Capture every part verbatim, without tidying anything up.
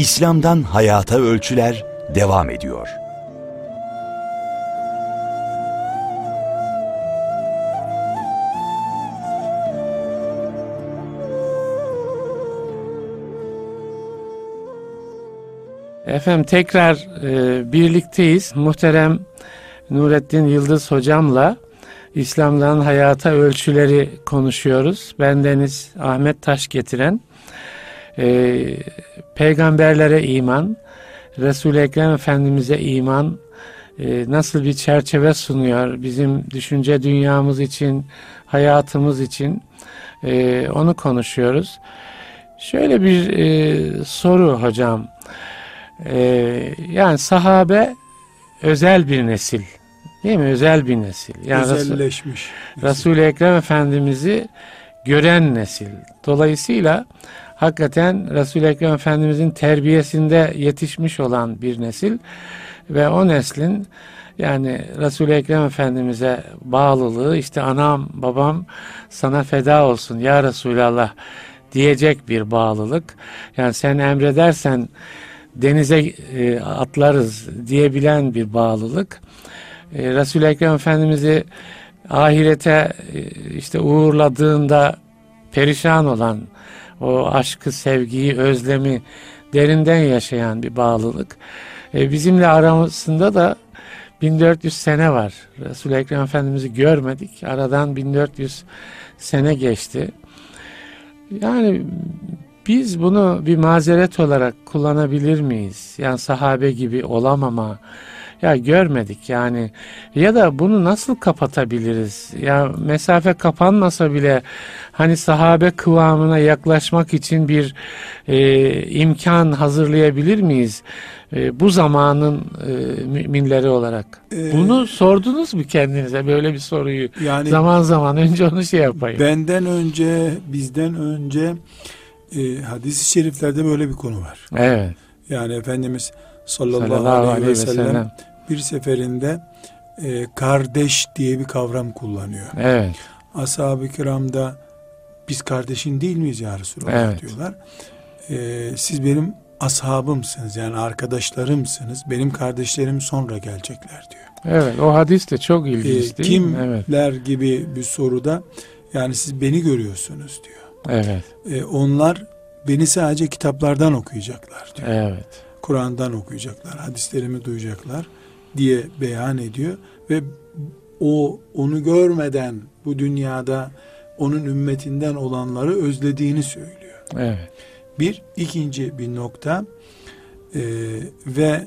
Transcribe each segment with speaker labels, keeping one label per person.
Speaker 1: İslam'dan Hayata Ölçüler devam ediyor.
Speaker 2: Efendim tekrar e, birlikteyiz. Muhterem Nurettin Yıldız hocamla İslam'dan Hayata Ölçüleri konuşuyoruz. Bendeniz Ahmet Taşgetiren. E, peygamberlere iman, Resul-i Ekrem Efendimiz'e iman e, nasıl bir çerçeve sunuyor bizim düşünce dünyamız için, hayatımız için e, onu konuşuyoruz. Şöyle bir e, soru hocam. Ee, yani sahabe özel bir nesil, değil mi? Özel bir nesil. Yani
Speaker 3: özelleşmiş.
Speaker 2: Resul, Resul-i Ekrem Efendimiz'i gören nesil. Dolayısıyla hakikaten Resul-i Ekrem Efendimiz'in terbiyesinde yetişmiş olan bir nesil ve o neslin yani Resul-i Ekrem Efendimiz'e bağlılığı, işte anam babam sana feda olsun ya Resulallah diyecek bir bağlılık. Yani sen emredersen denize e, atlarız diyebilen bir bağlılık. E, Resul-i Ekrem Efendimiz'i ahirete e, işte uğurladığında perişan olan, o aşkı, sevgiyi, özlemi derinden yaşayan bir bağlılık. E, bizimle arasında da bin dört yüz sene var. Resul-i Ekrem Efendimiz'i görmedik. Aradan bin dört yüz sene geçti. Yani biz bunu bir mazeret olarak kullanabilir miyiz? Yani sahabe gibi olamama. Ya görmedik yani. Ya da bunu nasıl kapatabiliriz? Ya mesafe kapanmasa bile hani sahabe kıvamına yaklaşmak için bir e, imkan hazırlayabilir miyiz? E, bu zamanın e, müminleri olarak. Ee, bunu sordunuz mu kendinize böyle bir soruyu? Yani zaman zaman önce onu şey yapayım.
Speaker 3: Benden önce, bizden önce E, hadis-i şeriflerde böyle bir konu var.
Speaker 2: Evet.
Speaker 3: Yani Efendimiz sallallahu, sallallahu aleyhi ve sellem, sellem bir seferinde e, kardeş diye bir kavram kullanıyor.
Speaker 2: Evet.
Speaker 3: Ashab-ı kiram da biz kardeşin değil miyiz ya Resulallah evet. diyorlar. E, siz benim ashabımsınız, yani arkadaşlarımsınız. Benim kardeşlerim sonra gelecekler diyor.
Speaker 2: Evet, o hadis de çok ilginç
Speaker 3: e,
Speaker 2: değil mi?
Speaker 3: Kimler evet. gibi bir soruda yani siz beni görüyorsunuz diyor.
Speaker 2: Evet.
Speaker 3: Ee, onlar beni sadece kitaplardan okuyacaklar diyor.
Speaker 2: Evet.
Speaker 3: Kur'an'dan okuyacaklar, hadislerimi duyacaklar diye beyan ediyor ve o onu görmeden bu dünyada onun ümmetinden olanları özlediğini söylüyor.
Speaker 2: Evet.
Speaker 3: Bir ikinci bir nokta e, ve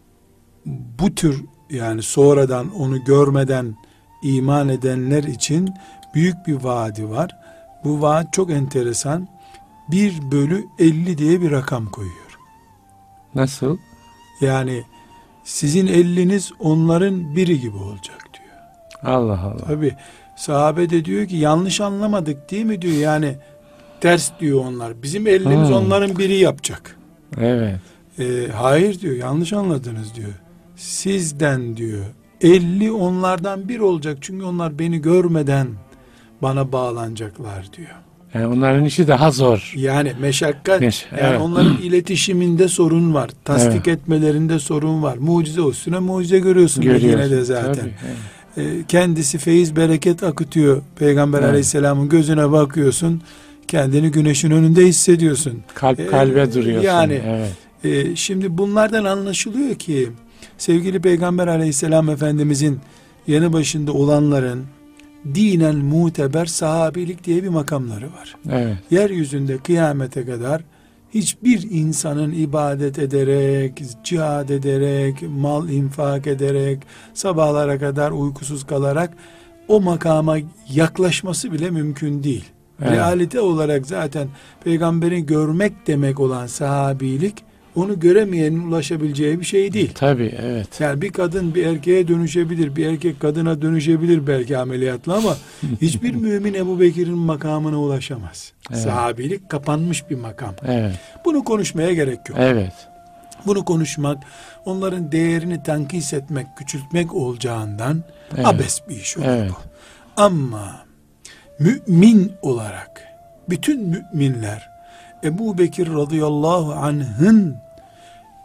Speaker 3: bu tür yani sonradan onu görmeden iman edenler için büyük bir vaadi var. Bu vaat çok enteresan. bir bölü elli diye bir rakam koyuyor.
Speaker 2: Nasıl?
Speaker 3: Yani sizin elliniz onların biri gibi olacak diyor.
Speaker 2: Allah Allah.
Speaker 3: Tabii sahabe de diyor ki yanlış anlamadık değil mi diyor. Yani ters diyor onlar. Bizim elimiz hmm. onların biri yapacak.
Speaker 2: Evet.
Speaker 3: Ee, hayır diyor, yanlış anladınız diyor. Sizden diyor elli onlardan bir olacak. Çünkü onlar beni görmeden bana bağlanacaklar diyor.
Speaker 2: Yani onların işi daha zor.
Speaker 3: Yani meşakkat.
Speaker 2: Meş,
Speaker 3: yani
Speaker 2: evet.
Speaker 3: onların iletişiminde sorun var. Tasdik evet. etmelerinde sorun var. Mucize üstüne mucize görüyorsun. Yine de zaten.
Speaker 2: Tabii, evet.
Speaker 3: Ee, kendisi feyiz bereket akıtıyor. Peygamber evet. Aleyhisselam'ın gözüne bakıyorsun. Kendini güneşin önünde hissediyorsun.
Speaker 2: Kalp ee, kalbe duruyorsun.
Speaker 3: Yani
Speaker 2: evet.
Speaker 3: e, şimdi bunlardan anlaşılıyor ki sevgili Peygamber Aleyhisselam Efendimizin yanı başında olanların dinen muteber sahabilik diye bir makamları var.
Speaker 2: Evet.
Speaker 3: Yeryüzünde kıyamete kadar hiçbir insanın ibadet ederek, cihad ederek, mal infak ederek, sabahlara kadar uykusuz kalarak o makama yaklaşması bile mümkün değil. Evet. Realite olarak zaten peygamberi görmek demek olan sahabilik, onu göremeyenin ulaşabileceği bir şey değil.
Speaker 2: Tabii, evet.
Speaker 3: Yani bir kadın bir erkeğe dönüşebilir, bir erkek kadına dönüşebilir belki ameliyatla ama hiçbir mümin Ebu Bekir'in makamına ulaşamaz. Evet. Sahabilik kapanmış bir makam.
Speaker 2: Evet.
Speaker 3: Bunu konuşmaya gerek yok.
Speaker 2: Evet.
Speaker 3: Bunu konuşmak, onların değerini tenkis etmek, küçültmek olacağından
Speaker 2: evet.
Speaker 3: abes bir iş olur
Speaker 2: evet.
Speaker 3: bu. Ama mümin olarak bütün müminler Ebu Bekir radıyallahu anh'ın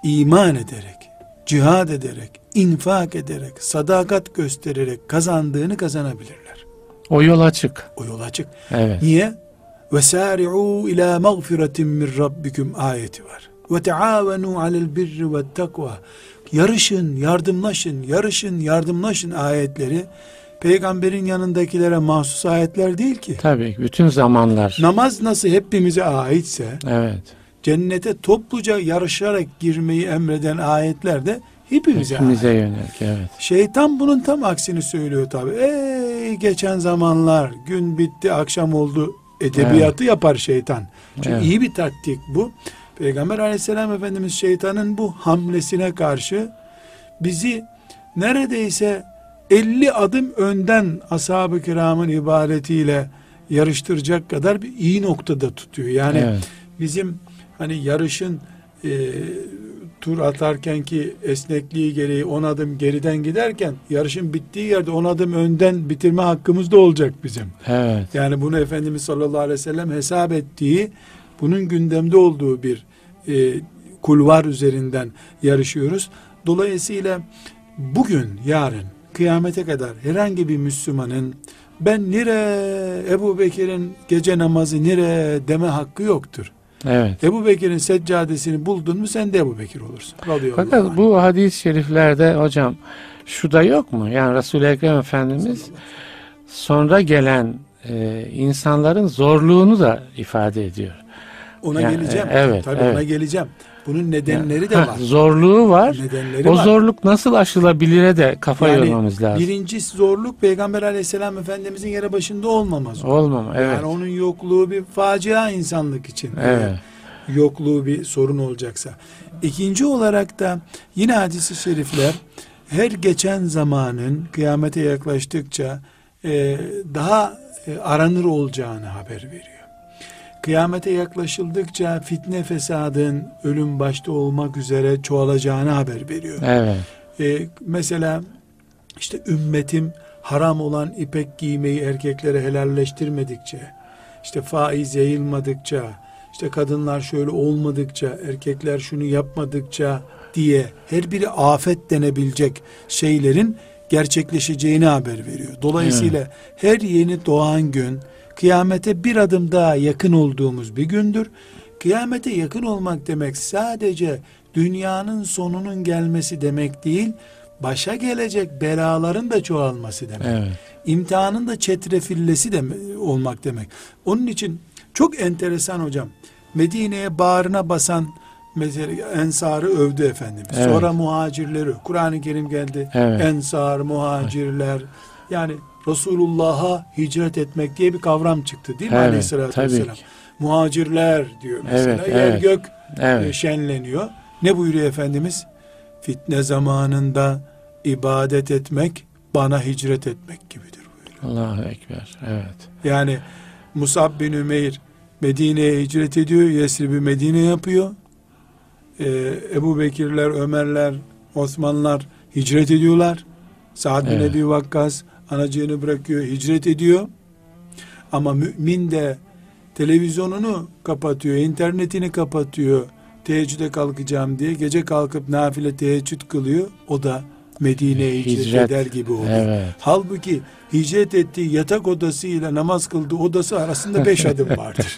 Speaker 3: iman ederek, cihad ederek, infak ederek, sadakat göstererek kazandığını kazanabilirler.
Speaker 2: O yol açık.
Speaker 3: O yol açık.
Speaker 2: Evet.
Speaker 3: Niye? وَسَارِعُوا اِلَى مَغْفِرَةٍ مِّنْ رَبِّكُمْ ayeti var. وَتَعَاوَنُوا عَلَى الْبِرِّ وَالتَّقْوَى. Yarışın, yardımlaşın, yarışın, yardımlaşın ayetleri peygamberin yanındakilere mahsus ayetler değil ki.
Speaker 2: Tabii, bütün zamanlar.
Speaker 3: Namaz nasıl hepimize aitse,
Speaker 2: Evet.
Speaker 3: cennete topluca yarışarak girmeyi emreden ayetler de hepimize,
Speaker 2: Hepimize
Speaker 3: ait.
Speaker 2: yönelik, evet.
Speaker 3: Şeytan bunun tam aksini söylüyor tabi. Ey geçen zamanlar, gün bitti, akşam oldu edebiyatı evet. yapar şeytan. Çünkü evet. iyi bir taktik bu. Peygamber aleyhisselam Efendimiz şeytanın bu hamlesine karşı bizi neredeyse elli adım önden ashab-ı kiramın ibadetiyle yarıştıracak kadar bir iyi noktada tutuyor. Yani evet. bizim hani yarışın e, tur atarken ki esnekliği gereği on adım geriden giderken yarışın bittiği yerde on adım önden bitirme hakkımız da olacak bizim.
Speaker 2: Evet.
Speaker 3: Yani bunu Efendimiz sallallahu aleyhi ve sellem hesap ettiği, bunun gündemde olduğu bir e, kulvar üzerinden yarışıyoruz. Dolayısıyla bugün, yarın, kıyamete kadar herhangi bir Müslümanın ben nere Ebu Bekir'in gece namazı nere deme hakkı yoktur.
Speaker 2: Evet.
Speaker 3: Ebu Bekir'in seccadesini buldun mu sen de Ebu Bekir olursun.
Speaker 2: Fakat Allah. Bu hadis-i şeriflerde hocam şu da yok mu? Yani Resul-i Ekrem Efendimiz sonra gelen e, insanların zorluğunu da ifade ediyor.
Speaker 3: Ona
Speaker 2: yani,
Speaker 3: geleceğim.
Speaker 2: E, evet.
Speaker 3: Tabii
Speaker 2: evet.
Speaker 3: ona geleceğim. Bunun nedenleri
Speaker 2: yani,
Speaker 3: de
Speaker 2: ha,
Speaker 3: var.
Speaker 2: Zorluğu var.
Speaker 3: Nedenleri
Speaker 2: o
Speaker 3: var.
Speaker 2: zorluk nasıl aşılabilire de kafa
Speaker 3: yani,
Speaker 2: yormamız lazım.
Speaker 3: Birinci zorluk Peygamber aleyhisselam Efendimizin yere başında olmaması.
Speaker 2: Olmama, evet.
Speaker 3: Yani onun yokluğu bir facia insanlık için.
Speaker 2: Evet.
Speaker 3: Yokluğu bir sorun olacaksa. İkinci olarak da yine hadis-i şerifler her geçen zamanın kıyamete yaklaştıkça e, daha e, aranır olacağını haber veriyor. Kıyamete yaklaşıldıkça fitne fesadın ölüm başta olmak üzere çoğalacağını haber veriyor.
Speaker 2: Evet.
Speaker 3: Ee, mesela işte ümmetim haram olan ipek giymeyi erkeklere helalleştirmedikçe, işte faiz yayılmadıkça, işte kadınlar şöyle olmadıkça, erkekler şunu yapmadıkça diye her biri afet denebilecek şeylerin gerçekleşeceğini haber veriyor. Dolayısıyla evet. her yeni doğan gün kıyamete bir adım daha yakın olduğumuz bir gündür. Kıyamete yakın olmak demek sadece dünyanın sonunun gelmesi demek değil, başa gelecek belaların da çoğalması demek. Evet. İmtihanın da çetrefillesi de olmak demek. Onun için çok enteresan hocam. Medine'ye bağrına basan mesela Ensar'ı övdü Efendimiz. Evet. Sonra muhacirleri, Kur'an-ı Kerim geldi. Evet. Ensar, muhacirler. Yani Resulullah'a hicret etmek diye bir kavram çıktı değil mi? Evet, Aleyhisselatü Vesselam. Muhacirler diyor mesela. Evet, yer evet. gök evet. şenleniyor. Ne buyuruyor Efendimiz? Fitne zamanında ibadet etmek bana hicret etmek gibidir buyuruyor.
Speaker 2: Allahu Ekber. Evet.
Speaker 3: Yani Musab bin Ümeyr Medine'ye hicret ediyor. Yesrib'i Medine yapıyor. Ee, Ebu Bekirler, Ömerler, Osmanlar hicret ediyorlar. Sa'd bin evet. Ebi Vakkas anacığını bırakıyor, hicret ediyor. Ama mümin de televizyonunu kapatıyor, internetini kapatıyor, teheccüde kalkacağım diye gece kalkıp nafile teheccüd kılıyor. O da Medine'ye hicret, hicret eder gibi oluyor. Evet. Halbuki hicret ettiği yatak odasıyla namaz kıldığı odası arasında beş adım vardır.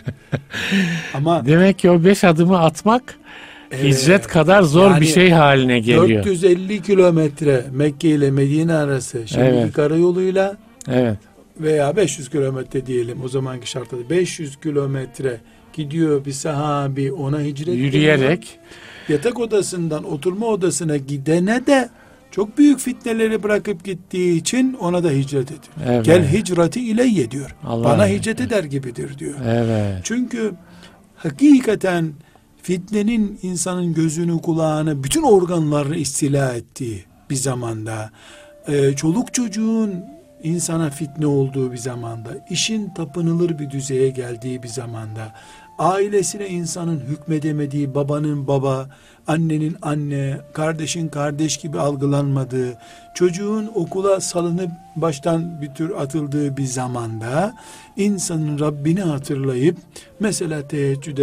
Speaker 3: Ama
Speaker 2: demek ki o beş adımı atmak evet, hicret kadar zor yani bir şey haline geliyor.
Speaker 3: dört yüz elli kilometre Mekke ile Medine arası şimdiki evet. karayoluyla
Speaker 2: evet.
Speaker 3: veya beş yüz kilometre diyelim o zamanki şartlarda beş yüz kilometre gidiyor bir sahabi ona hicret
Speaker 2: yürüyerek
Speaker 3: ediyor. Yatak odasından oturma odasına gidene de çok büyük fitneleri bırakıp gittiği için ona da hicret ediyor. Evet. Gel hicreti ileyye diyor. Allah Bana Allah. hicret eder gibidir diyor.
Speaker 2: Evet.
Speaker 3: Çünkü hakikaten fitnenin insanın gözünü, kulağını, bütün organlarını istila ettiği bir zamanda, e, çoluk çocuğun insana fitne olduğu bir zamanda, işin tapınılır bir düzeye geldiği bir zamanda, ailesine insanın hükmedemediği, babanın baba, annenin anne, kardeşin kardeş gibi algılanmadığı, çocuğun okula salınıp baştan bir tür atıldığı bir zamanda insanın Rabbini hatırlayıp mesela teheccüde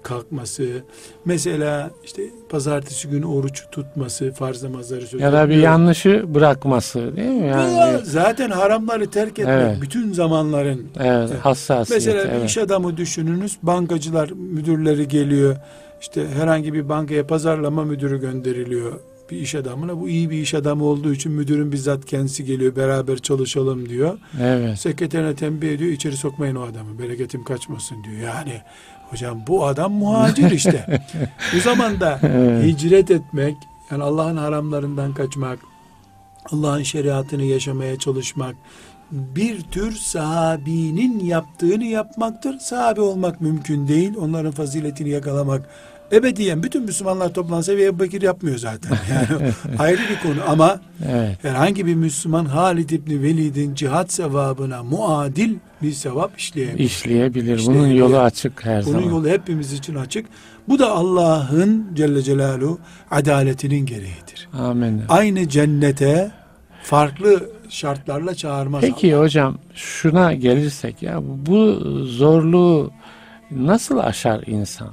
Speaker 3: kalkması, mesela işte pazartesi günü oruç tutması, farz namazları söz
Speaker 2: Ya da bir
Speaker 3: etmiyor.
Speaker 2: yanlışı bırakması değil mi? Yani
Speaker 3: Ya zaten haramları terk etmek
Speaker 2: Evet.
Speaker 3: bütün zamanların.
Speaker 2: evet, hassasiyet.
Speaker 3: Mesela bir
Speaker 2: evet.
Speaker 3: iş adamı düşününüz, bankacılar müdürleri geliyor, işte herhangi bir bankaya pazarlama müdürü gönderiliyor bir iş adamına. Bu iyi bir iş adamı olduğu için müdürün bizzat kendisi geliyor, beraber çalışalım diyor.
Speaker 2: Evet.
Speaker 3: Sekreterine tembih ediyor, içeri sokmayın o adamı, bereketim kaçmasın diyor. Yani hocam bu adam muhacir işte. Bu zamanda
Speaker 2: Evet.
Speaker 3: hicret etmek, yani Allah'ın haramlarından kaçmak, Allah'ın şeriatını yaşamaya çalışmak, bir tür sahabinin yaptığını yapmaktır. Sahabe olmak mümkün değil. Onların faziletini yakalamak ebediyen bütün Müslümanlar toplansa ve Ebu Bekir yapmıyor zaten. Yani ayrı bir konu ama
Speaker 2: Evet.
Speaker 3: herhangi bir Müslüman Halid İbni Velid'in cihat sevabına muadil bir sevap işleyebilir.
Speaker 2: işleyebilir.
Speaker 3: İşte
Speaker 2: Bunun
Speaker 3: yani
Speaker 2: yolu açık her
Speaker 3: Bunun
Speaker 2: zaman.
Speaker 3: yolu hepimiz için açık. Bu da Allah'ın Celle Celaluhu adaletinin gereğidir.
Speaker 2: Amin.
Speaker 3: Aynı cennete farklı şartlarla çağırmaz.
Speaker 2: Peki hocam şuna gelirsek ya bu zorluğu nasıl aşar insan?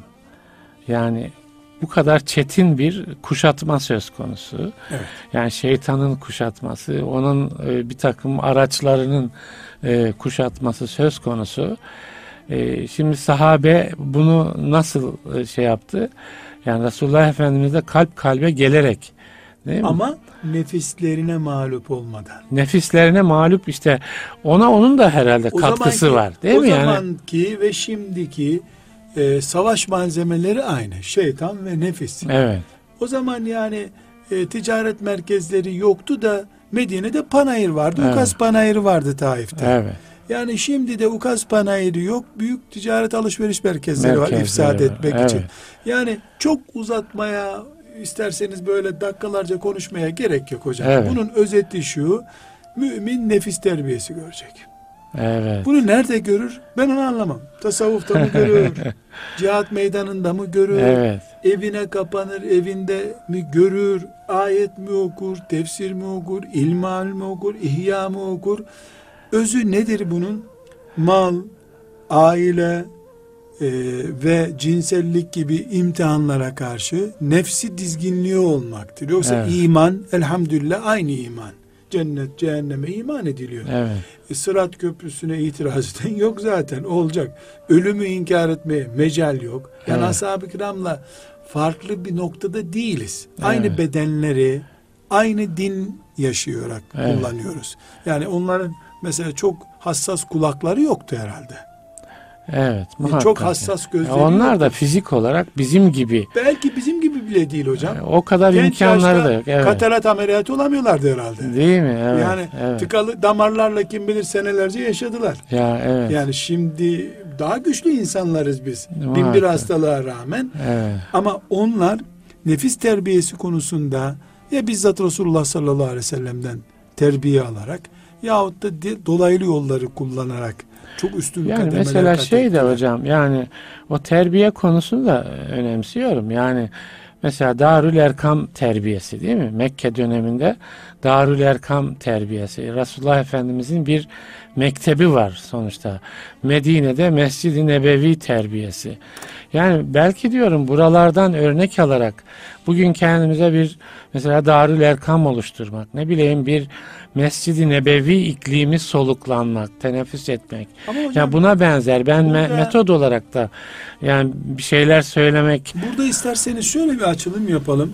Speaker 2: Yani bu kadar çetin bir kuşatma söz konusu.
Speaker 3: Evet.
Speaker 2: Yani şeytanın kuşatması, onun e, bir takım araçlarının e, kuşatması söz konusu. E, şimdi sahabe bunu nasıl e, şey yaptı? Yani Resulullah Efendimiz de kalp kalbe gelerek, değil mi?
Speaker 3: Ama nefislerine mağlup olmadan.
Speaker 2: Nefislerine mağlup, işte ona onun da herhalde
Speaker 3: O
Speaker 2: katkısı
Speaker 3: zamanki-
Speaker 2: var, değil
Speaker 3: o
Speaker 2: mi yani?
Speaker 3: zamanki ve şimdiki e, savaş malzemeleri aynı. Şeytan ve nefis.
Speaker 2: Evet.
Speaker 3: O zaman yani e, ticaret merkezleri yoktu da Medine'de panayır vardı.
Speaker 2: Evet.
Speaker 3: Ukaz panayırı vardı Taif'te.
Speaker 2: Evet.
Speaker 3: Yani şimdi de ukaz panayırı yok. Büyük ticaret alışveriş merkezleri, var
Speaker 2: Merkezleri
Speaker 3: ifsad
Speaker 2: var.
Speaker 3: etmek
Speaker 2: Evet.
Speaker 3: için. Yani çok uzatmaya, isterseniz böyle dakikalarca konuşmaya gerek yok hocam.
Speaker 2: Evet.
Speaker 3: Bunun özeti şu: mümin nefis terbiyesi görecek.
Speaker 2: Evet.
Speaker 3: Bunu nerede görür? Ben onu anlamam. Tasavvufta mı görür? Cihat meydanında mı görür?
Speaker 2: Evet.
Speaker 3: Evine kapanır, evinde mi görür? Ayet mi okur? Tefsir mi okur? İlmihal mi okur? İhya mı okur? Özü nedir bunun? Mal, aile e, ve cinsellik gibi imtihanlara karşı nefsi dizginliği olmaktır. Yoksa
Speaker 2: Evet.
Speaker 3: iman, elhamdülillah aynı iman. Cennet, cehenneme iman ediliyor.
Speaker 2: Evet.
Speaker 3: E, Sırat köprüsüne itiraz eden yok zaten, olacak. Ölümü inkar etmeye mecal yok. Yani
Speaker 2: Evet.
Speaker 3: ashab-ı kiramla farklı bir noktada değiliz.
Speaker 2: Evet.
Speaker 3: Aynı bedenleri, aynı din yaşayarak
Speaker 2: Evet.
Speaker 3: kullanıyoruz. Yani onların mesela çok hassas kulakları yoktu herhalde.
Speaker 2: Evet.
Speaker 3: E,
Speaker 2: Muhakkak.
Speaker 3: çok hassas gözleri
Speaker 2: Ya onlar
Speaker 3: yoktu.
Speaker 2: da fizik olarak bizim gibi.
Speaker 3: Belki bizim gibi bile değil hocam.
Speaker 2: e, O kadar
Speaker 3: Genç
Speaker 2: imkanları
Speaker 3: yaşta
Speaker 2: da yok. Evet.
Speaker 3: katarat ameliyatı olamıyorlardı herhalde.
Speaker 2: Değil mi? Evet.
Speaker 3: yani
Speaker 2: evet.
Speaker 3: tıkalı damarlarla kim bilir senelerce yaşadılar.
Speaker 2: Ya evet.
Speaker 3: Yani şimdi daha güçlü insanlarız biz.
Speaker 2: Muhakkak.
Speaker 3: Bin bir hastalığa rağmen.
Speaker 2: Evet.
Speaker 3: Ama onlar nefis terbiyesi konusunda ya bizzat Resulullah sallallahu aleyhi ve sellem'den terbiye alarak yahut da de, dolaylı yolları kullanarak çok üstün
Speaker 2: Yani
Speaker 3: kademeler
Speaker 2: mesela
Speaker 3: kat
Speaker 2: şey de
Speaker 3: ettiler.
Speaker 2: hocam, yani o terbiye konusunu da önemsiyorum. Yani mesela Darül Erkam terbiyesi, değil mi? Mekke döneminde Darül Erkam terbiyesi. Resulullah Efendimizin bir mektebi var sonuçta. Medine'de Mescid-i Nebevi terbiyesi. Yani belki diyorum buralardan örnek alarak bugün kendimize bir mesela Darül Erkam oluşturmak, ne bileyim bir Mescid-i Nebevi iklimi soluklanmak, teneffüs etmek.
Speaker 3: Ama hocam,
Speaker 2: Ya buna benzer. Ben me-
Speaker 3: burada-
Speaker 2: metod olarak da yani bir şeyler söylemek.
Speaker 3: burada isterseniz şöyle bir açılım yapalım.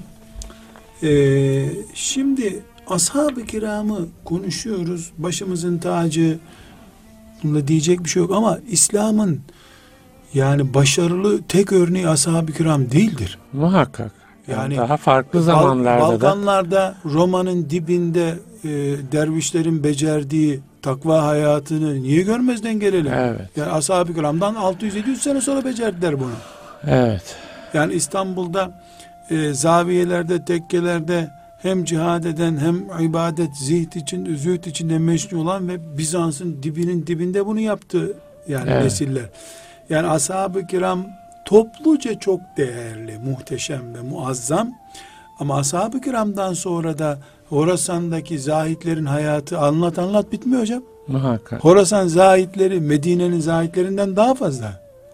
Speaker 3: Ee, şimdi ashab-ı kiramı konuşuyoruz. Başımızın tacı, bunda diyecek bir şey yok ama İslam'ın yani başarılı tek örneği ashab-ı kiram değildir.
Speaker 2: Muhakkak. Yani,
Speaker 3: Yani
Speaker 2: daha farklı
Speaker 3: Bal-
Speaker 2: zamanlarda da.
Speaker 3: Balkanlarda Roma'nın dibinde e, dervişlerin becerdiği takva hayatını niye görmezden gelelim?
Speaker 2: Evet.
Speaker 3: Yani ashab-ı kiramdan altı yüz yedi yüz sene sonra becerdiler bunu.
Speaker 2: Evet.
Speaker 3: Yani İstanbul'da e, zaviyelerde, tekkelerde hem cihad eden hem ibadet, zihd için, zühd içinde meşgul olan ve Bizans'ın dibinin dibinde bunu yaptı yani
Speaker 2: Evet.
Speaker 3: nesiller. Yani ashab-ı kiram topluca çok değerli, muhteşem ve muazzam. Ama ashab-ı kiramdan sonra da Horasan'daki zahitlerin hayatı anlat anlat bitmiyor hocam.
Speaker 2: Muhakkak.
Speaker 3: Horasan zahitleri Medine'nin zahitlerinden daha fazla.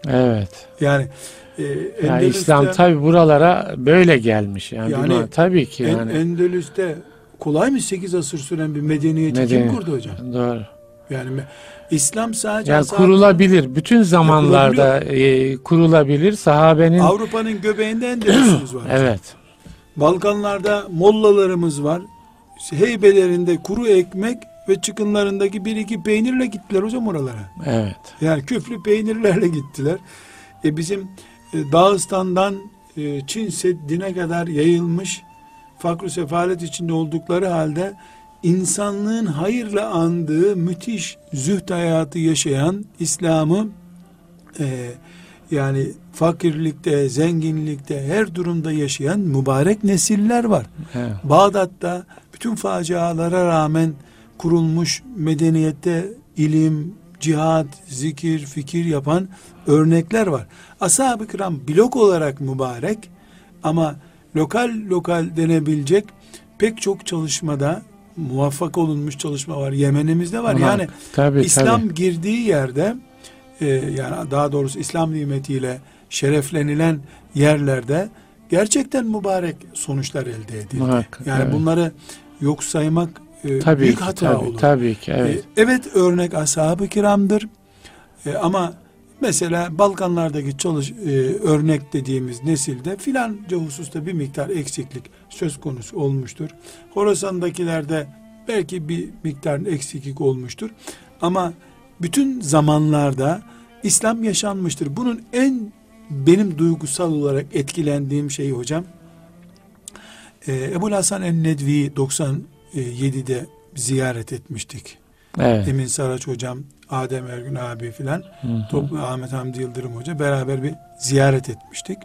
Speaker 2: Evet.
Speaker 3: Yani e,
Speaker 2: Yani İslam tabi buralara böyle gelmiş. Yani,
Speaker 3: yani
Speaker 2: bilmem, tabii ki
Speaker 3: en,
Speaker 2: yani.
Speaker 3: Endülüs'te kolay mı sekiz asır süren bir medeniyeti
Speaker 2: Medeni,
Speaker 3: kim kurdu hocam?
Speaker 2: Doğru.
Speaker 3: Yani İslam sadece
Speaker 2: yani kurulabilir. Bütün zamanlarda e, kurulabilir. Sahabenin
Speaker 3: Avrupa'nın göbeğinde Endülüs'ümüz var.
Speaker 2: Evet.
Speaker 3: Balkanlarda mollalarımız var. Heybelerinde kuru ekmek ve çıkınlarındaki bir iki peynirle gittiler hocam oralara.
Speaker 2: Evet.
Speaker 3: Yani küflü peynirlerle gittiler. E bizim e, Dağıstan'dan e, Çin Seddi'ne kadar yayılmış, fakr-ı sefalet içinde oldukları halde insanlığın hayırla andığı müthiş zühd hayatı yaşayan İslam'ı e, yani fakirlikte, zenginlikte, her durumda yaşayan mübarek nesiller var.
Speaker 2: Evet.
Speaker 3: Bağdat'ta bütün facialara rağmen kurulmuş medeniyette ilim, cihat, zikir, fikir yapan örnekler var. Ashab-ı kiram blok olarak mübarek ama lokal lokal denebilecek pek çok çalışmada muvaffak olunmuş çalışma var. Yemenimizde var.
Speaker 2: Ama,
Speaker 3: yani
Speaker 2: tabii,
Speaker 3: İslam
Speaker 2: tabii.
Speaker 3: girdiği yerde e, yani daha doğrusu İslam nimetiyle şereflenilen yerlerde gerçekten mübarek sonuçlar elde edildi.
Speaker 2: Muhakkak,
Speaker 3: yani
Speaker 2: evet.
Speaker 3: bunları yok saymak e,
Speaker 2: Tabii
Speaker 3: büyük
Speaker 2: ki,
Speaker 3: hata
Speaker 2: tabii,
Speaker 3: olur.
Speaker 2: Tabii ki evet.
Speaker 3: E, evet örnek ashab-ı kiramdır. E, ama mesela Balkanlardaki çalış e, örnek dediğimiz nesilde filanca hususta bir miktar eksiklik söz konusu olmuştur. Horasan'dakilerde belki bir miktar eksiklik olmuştur. Ama bütün zamanlarda İslam yaşanmıştır. Bunun en benim duygusal olarak etkilendiğim şey hocam, e, Ebu Hasan el-Nedvi'yi doksan yedide ziyaret etmiştik.
Speaker 2: Evet.
Speaker 3: Emin Saraç hocam, Adem Ergün abi filan, Toplu Ahmet Hamdi Yıldırım hoca beraber bir ziyaret etmiştik.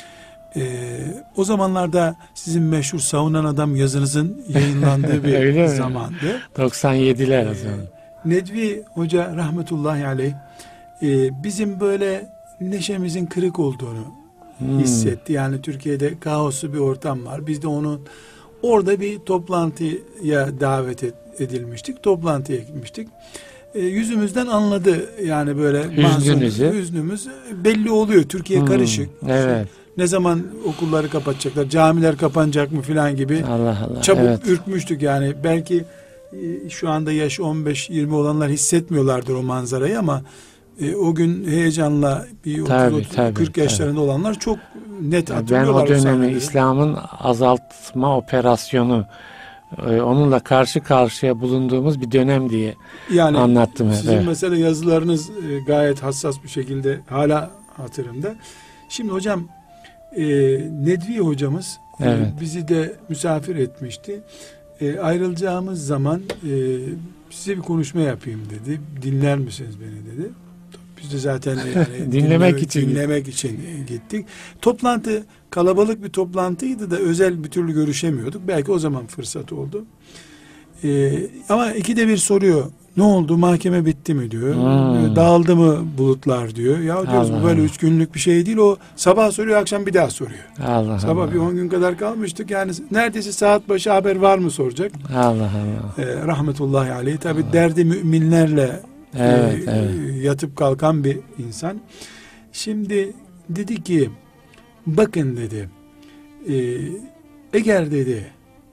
Speaker 3: Ee, o zamanlarda sizin meşhur Savunan Adam yazınızın yayınlandığı bir zamandı.
Speaker 2: doksan yediler o zaman.
Speaker 3: Ee, Nedvi hoca rahmetullahi aleyh e, bizim böyle neşemizin kırık olduğunu hmm. hissetti. Yani Türkiye'de kaoslu bir ortam var. Biz de onu orada bir toplantıya davet et, edilmiştik. Toplantıya gitmiştik. E, yüzümüzden anladı yani böyle
Speaker 2: Hüznünüzü.
Speaker 3: Hüznümüz belli oluyor. Türkiye hmm. karışık.
Speaker 2: Evet.
Speaker 3: Ne zaman okulları kapatacaklar, camiler kapanacak mı filan gibi
Speaker 2: Allah Allah,
Speaker 3: çabuk
Speaker 2: evet.
Speaker 3: ürkmüştük yani. Belki e, şu anda yaş on beş yirmi olanlar hissetmiyorlardır o manzarayı ama e, o gün heyecanla bir otuz kırk yaşlarında tabii. olanlar çok net hatırlıyorlar.
Speaker 2: Ben o dönemi İslam'ın azaltma operasyonu, onunla karşı karşıya bulunduğumuz bir dönem diye yani anlattım.
Speaker 3: Sizin
Speaker 2: evet.
Speaker 3: mesela yazılarınız gayet hassas bir şekilde hala hatırımda. Şimdi hocam e, Nedvi hocamız evet. e, bizi de misafir etmişti. E, ayrılacağımız zaman e, size bir konuşma yapayım dedi. Dinler misiniz beni dedi. Biz de zaten yani
Speaker 2: dinlemek
Speaker 3: dinle,
Speaker 2: için
Speaker 3: dinlemek için gittik. Toplantı kalabalık bir toplantıydı da özel bir türlü görüşemiyorduk. Belki o zaman fırsat oldu. Ee, ama ikide bir soruyor. Ne oldu? Mahkeme bitti mi diyor. Hmm. Dağıldı mı bulutlar diyor. Ya diyoruz Allah bu böyle Allah. üç günlük bir şey değil. O sabah soruyor, akşam bir daha soruyor.
Speaker 2: Allah
Speaker 3: sabah
Speaker 2: Allah.
Speaker 3: bir on gün kadar kalmıştık. Yani neredeyse saat başı haber var mı soracak.
Speaker 2: Allah Allah.
Speaker 3: Ee, rahmetullahi aleyh. Tabi derdi müminlerle
Speaker 2: evet,
Speaker 3: e,
Speaker 2: evet.
Speaker 3: yatıp kalkan bir insan. Şimdi dedi ki bakın dedi e, eğer dedi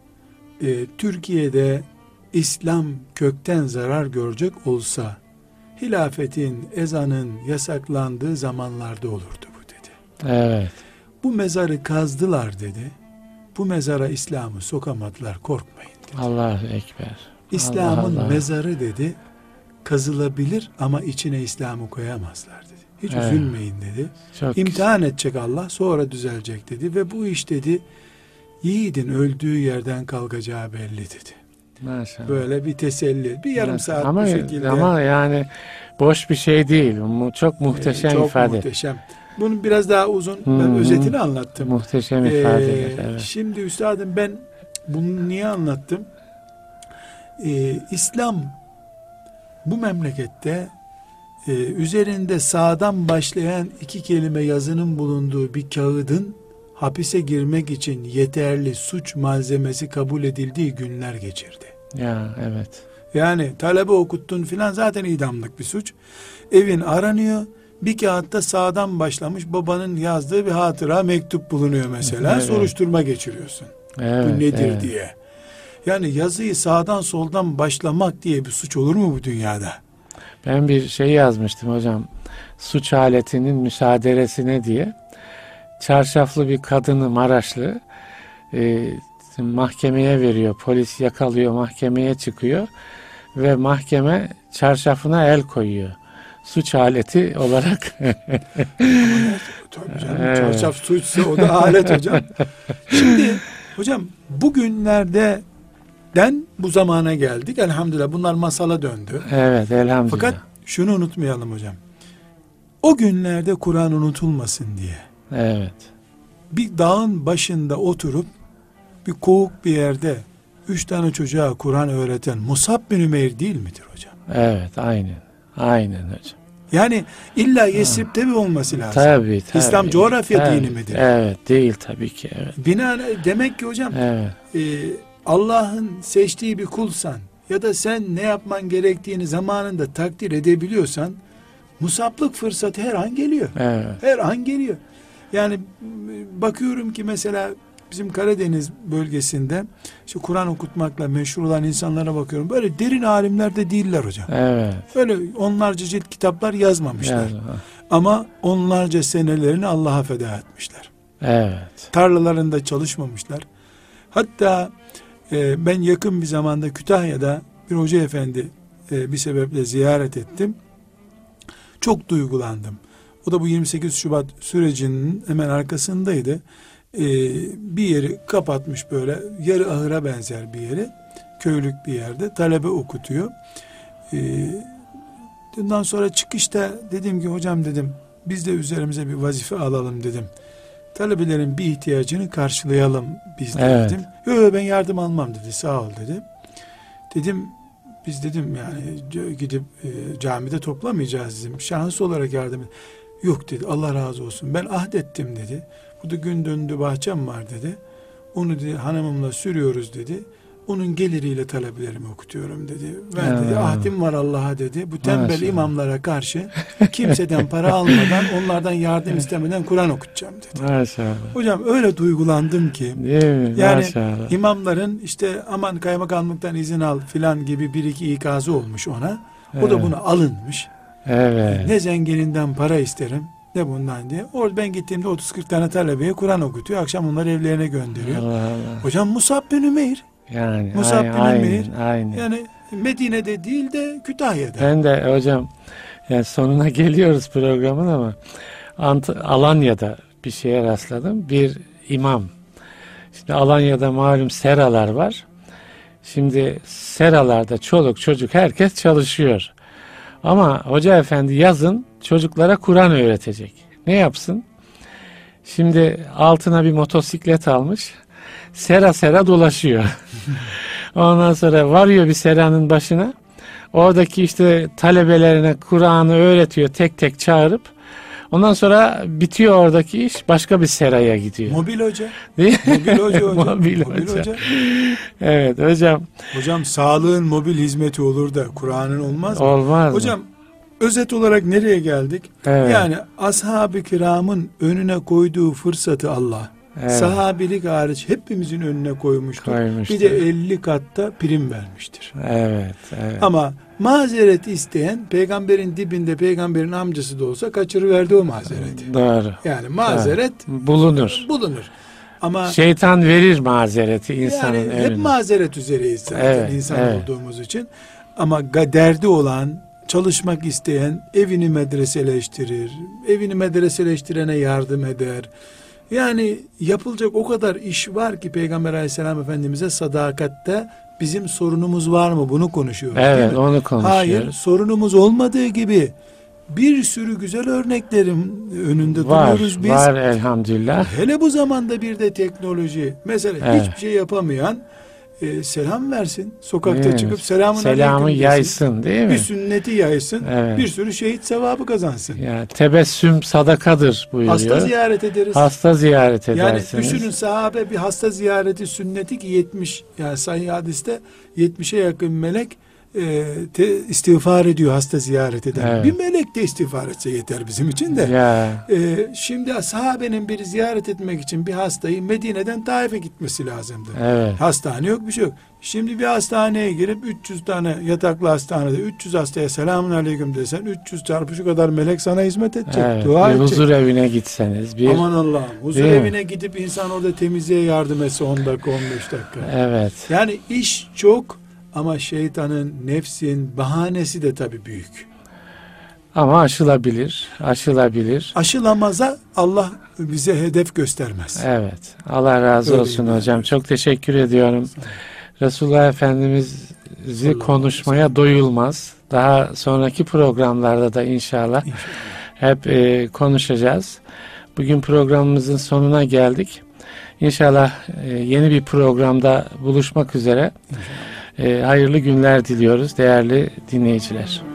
Speaker 3: e, Türkiye'de İslam kökten zarar görecek olsa hilafetin, ezanın yasaklandığı zamanlarda olurdu bu dedi.
Speaker 2: Evet.
Speaker 3: Bu mezarı kazdılar dedi. Bu mezara İslam'ı sokamadılar, korkmayın dedi.
Speaker 2: Allahu Ekber.
Speaker 3: İslam'ın
Speaker 2: Allah Allah.
Speaker 3: mezarı dedi kazılabilir ama içine İslam'ı koyamazlar dedi. Hiç evet. üzülmeyin dedi. Çok İmtihan güzel. edecek Allah, sonra düzelecek dedi ve bu iş dedi yiğidin öldüğü yerden kalkacağı belli dedi.
Speaker 2: Maşallah.
Speaker 3: Böyle bir teselli. Bir yarım Maşallah. saat
Speaker 2: ama,
Speaker 3: bu şekilde.
Speaker 2: Ama yani boş bir şey değil. Çok muhteşem
Speaker 3: ee, çok
Speaker 2: ifade.
Speaker 3: Çok muhteşem. Bunun biraz daha uzun hmm. ben özetini anlattım.
Speaker 2: Muhteşem ifade.
Speaker 3: Ee, evet. Şimdi üstadım ben bunu niye anlattım? Ee, İslam bu memlekette e, üzerinde sağdan başlayan iki kelime yazının bulunduğu bir kağıdın hapise girmek için yeterli suç malzemesi kabul edildiği günler geçirdi.
Speaker 2: Ya evet.
Speaker 3: Yani talebe okuttun filan zaten idamlık bir suç. Evin aranıyor, bir kağıtta sağdan başlamış babanın yazdığı bir hatıra mektup bulunuyor mesela.
Speaker 2: Evet.
Speaker 3: Soruşturma geçiriyorsun.
Speaker 2: Evet,
Speaker 3: Bu nedir
Speaker 2: evet.
Speaker 3: diye. Yani yazıyı sağdan soldan başlamak diye bir suç olur mu bu dünyada?
Speaker 2: Ben bir şey yazmıştım hocam. Suç aletinin müsaaderesine diye. Çarşaflı bir kadını, Maraşlı, e, mahkemeye veriyor. Polis yakalıyor, mahkemeye çıkıyor ve mahkeme çarşafına el koyuyor. Suç aleti olarak.
Speaker 3: Tabii canım,
Speaker 2: Evet.
Speaker 3: çarşaf suçsa o da alet hocam. Şimdi hocam bugünlerden bu zamana geldik. Elhamdülillah bunlar masala döndü.
Speaker 2: Evet, elhamdülillah.
Speaker 3: Fakat şunu unutmayalım hocam. O günlerde Kur'an unutulmasın diye
Speaker 2: Evet.
Speaker 3: bir dağın başında oturup bir kovuk bir yerde üç tane çocuğa Kur'an öğreten Musab bin Ümeyr değil midir hocam?
Speaker 2: Evet, aynen. Aynen hocam.
Speaker 3: Yani illa Yesrib'te mi olması lazım?
Speaker 2: Tabii, tabii.
Speaker 3: İslam coğrafya
Speaker 2: Tabii.
Speaker 3: dini midir?
Speaker 2: Evet, değil tabii ki. Evet.
Speaker 3: Binaen demek ki hocam
Speaker 2: Evet.
Speaker 3: e, Allah'ın seçtiği bir kulsan ya da sen ne yapman gerektiğini zamanında takdir edebiliyorsan musaplık fırsatı her an geliyor.
Speaker 2: Evet.
Speaker 3: Her an geliyor. Yani bakıyorum ki mesela bizim Karadeniz bölgesinde işte Kur'an okutmakla meşhur olan insanlara bakıyorum. Böyle derin alimler de değiller hocam.
Speaker 2: Evet.
Speaker 3: Böyle onlarca cilt kitaplar yazmamışlar.
Speaker 2: Yazma.
Speaker 3: Ama onlarca senelerini Allah'a feda etmişler.
Speaker 2: Evet.
Speaker 3: Tarlalarında çalışmamışlar. Hatta e, ben yakın bir zamanda Kütahya'da bir hoca efendi e, bir sebeple ziyaret ettim. Çok duygulandım. O da bu yirmi sekiz Şubat sürecinin hemen arkasındaydı. Ee, bir yeri kapatmış, böyle yarı ahıra benzer bir yeri, köylük bir yerde talebe okutuyor. Ee, ondan sonra çıkışta dedim ki hocam dedim biz de üzerimize bir vazife alalım dedim. Talebelerin bir ihtiyacını karşılayalım biz de
Speaker 2: Evet.
Speaker 3: dedim. Yok ben yardım almam dedi, sağ ol dedi. Dedim biz dedim yani gidip e, camide toplamayacağız dedim. Şahıs olarak yardım et. Yok dedi, Allah razı olsun. Ben ahdettim dedi. Burada gün döndü bahçem var dedi. Onu dedi hanımımla sürüyoruz dedi. Onun geliriyle talebelerimi okutuyorum dedi. Ben
Speaker 2: Evet.
Speaker 3: dedi ahdim var Allah'a dedi. Bu tembel
Speaker 2: Maşallah.
Speaker 3: imamlara karşı kimseden para almadan, onlardan yardım istemeden Kur'an okutacağım dedi.
Speaker 2: Maşallah.
Speaker 3: Hocam öyle duygulandım ki.
Speaker 2: Değil mi?
Speaker 3: Yani
Speaker 2: Maşallah.
Speaker 3: imamların işte aman kaymakamlıktan izin al filan gibi bir iki ikazı olmuş ona. O
Speaker 2: Evet.
Speaker 3: da buna alınmış.
Speaker 2: Evet.
Speaker 3: Ne zengininden para isterim ne bundan diye. Orada ben gittiğimde otuz kırk tane talebeye Kur'an okutuyor. Akşam onları evlerine gönderiyor.
Speaker 2: Allah Allah.
Speaker 3: Hocam Musab bin Ümeyr.
Speaker 2: Yani
Speaker 3: Musab
Speaker 2: aynen,
Speaker 3: bin Ümeyr.
Speaker 2: aynen, aynen.
Speaker 3: Yani Medine'de değil de Kütahya'da.
Speaker 2: Ben de hocam yani sonuna geliyoruz programın ama Ant Alanya'da bir şeye rastladım. Bir imam. Şimdi Alanya'da malum seralar var. Şimdi seralarda çoluk çocuk herkes çalışıyor. Ama hoca efendi yazın çocuklara Kur'an öğretecek. Ne yapsın? Şimdi altına bir motosiklet almış. Sera sera dolaşıyor. Ondan sonra varıyor bir seranın başına. Oradaki işte talebelerine Kur'an'ı öğretiyor, tek tek çağırıp. Ondan sonra bitiyor oradaki iş, başka bir seraya gidiyor.
Speaker 3: Mobil hoca.
Speaker 2: Değil mi?
Speaker 3: Mobil hoca hocam.
Speaker 2: Mobil
Speaker 3: Mobil
Speaker 2: hoca.
Speaker 3: hoca.
Speaker 2: Evet hocam.
Speaker 3: Hocam sağlığın mobil hizmeti olur da Kur'an'ın olmaz mı?
Speaker 2: Olmaz mı?
Speaker 3: Hocam özet olarak nereye geldik?
Speaker 2: Evet.
Speaker 3: Yani ashab-ı kiramın önüne koyduğu fırsatı Allah,
Speaker 2: Evet.
Speaker 3: sahabilik hariç hepimizin önüne koymuştur.
Speaker 2: Koymuştur.
Speaker 3: Bir de elli katta prim vermiştir.
Speaker 2: Evet, evet.
Speaker 3: Ama mazeret isteyen peygamberin dibinde peygamberin amcası da olsa kaçırıverdi o mazereti.
Speaker 2: Doğru.
Speaker 3: Yani mazeret
Speaker 2: Bulunur.
Speaker 3: bulunur. Ama
Speaker 2: Şeytan verir mazereti insanın
Speaker 3: yani
Speaker 2: önüne.
Speaker 3: hep mazeret üzereyiz zaten
Speaker 2: Evet,
Speaker 3: insan
Speaker 2: evet.
Speaker 3: olduğumuz için. Ama ga- derdi olan, çalışmak isteyen evini medreseleştirir. Evini medreseleştirene yardım eder. Yani yapılacak o kadar iş var ki Peygamber Aleyhisselam Efendimiz'e sadakatte bizim sorunumuz var mı? Bunu konuşuyoruz değil
Speaker 2: Evet,
Speaker 3: mi?
Speaker 2: onu konuşuyoruz.
Speaker 3: Hayır, sorunumuz olmadığı gibi bir sürü güzel örneklerin önünde
Speaker 2: Var,
Speaker 3: duruyoruz biz.
Speaker 2: var elhamdülillah.
Speaker 3: Hele bu zamanda bir de teknoloji. Mesela
Speaker 2: Evet.
Speaker 3: hiçbir şey yapamayan e, selam versin. Sokakta
Speaker 2: Evet.
Speaker 3: çıkıp selamun
Speaker 2: Selamı
Speaker 3: aleyküm desin.
Speaker 2: yaysın değil mi?
Speaker 3: Bir sünneti yaysın.
Speaker 2: Evet.
Speaker 3: Bir sürü şehit sevabı kazansın.
Speaker 2: Ya, tebessüm sadakadır buyuruyor.
Speaker 3: Hasta ziyaret ederiz.
Speaker 2: Hasta ziyaret
Speaker 3: Yani
Speaker 2: edersiniz.
Speaker 3: düşünün sahabe bir hasta ziyareti sünneti ki yetmiş, yani sahih hadiste yetmişe yakın melek e, te, istiğfar ediyor hasta ziyaret eden.
Speaker 2: Evet.
Speaker 3: Bir melek de istiğfar etse yeter bizim için de.
Speaker 2: Ya.
Speaker 3: E, şimdi sahabenin biri ziyaret etmek için bir hastayı Medine'den Taif'e gitmesi lazımdı.
Speaker 2: Evet.
Speaker 3: Hastane yok, bir şey yok. Şimdi bir hastaneye girip üç yüz tane yataklı hastanede üç yüz hastaya selamun aleyküm desen üç yüz çarpı şu kadar melek sana hizmet edecek.
Speaker 2: Evet.
Speaker 3: Dua
Speaker 2: Bir
Speaker 3: edecek.
Speaker 2: huzur evine gitseniz. Bir...
Speaker 3: Aman Allah'ım. Huzur
Speaker 2: Değil mi?
Speaker 3: evine gidip insan orada temizliğe yardım etse on dakika on beş dakika.
Speaker 2: Evet.
Speaker 3: Yani iş çok ama şeytanın, nefsin bahanesi de tabii büyük.
Speaker 2: Ama aşılabilir. Aşılabilir.
Speaker 3: Aşılamaza Allah bize hedef göstermez.
Speaker 2: Evet. Allah razı
Speaker 3: Öyle
Speaker 2: olsun
Speaker 3: gibi.
Speaker 2: hocam. Çok teşekkür ediyorum. Resulullah Efendimiz'i
Speaker 3: Sallallahu
Speaker 2: konuşmaya doyulmaz. Daha sonraki programlarda da inşallah,
Speaker 3: İnşallah.
Speaker 2: hep e, konuşacağız. Bugün programımızın sonuna geldik. İnşallah e, yeni bir programda buluşmak üzere. E, hayırlı günler diliyoruz değerli dinleyiciler.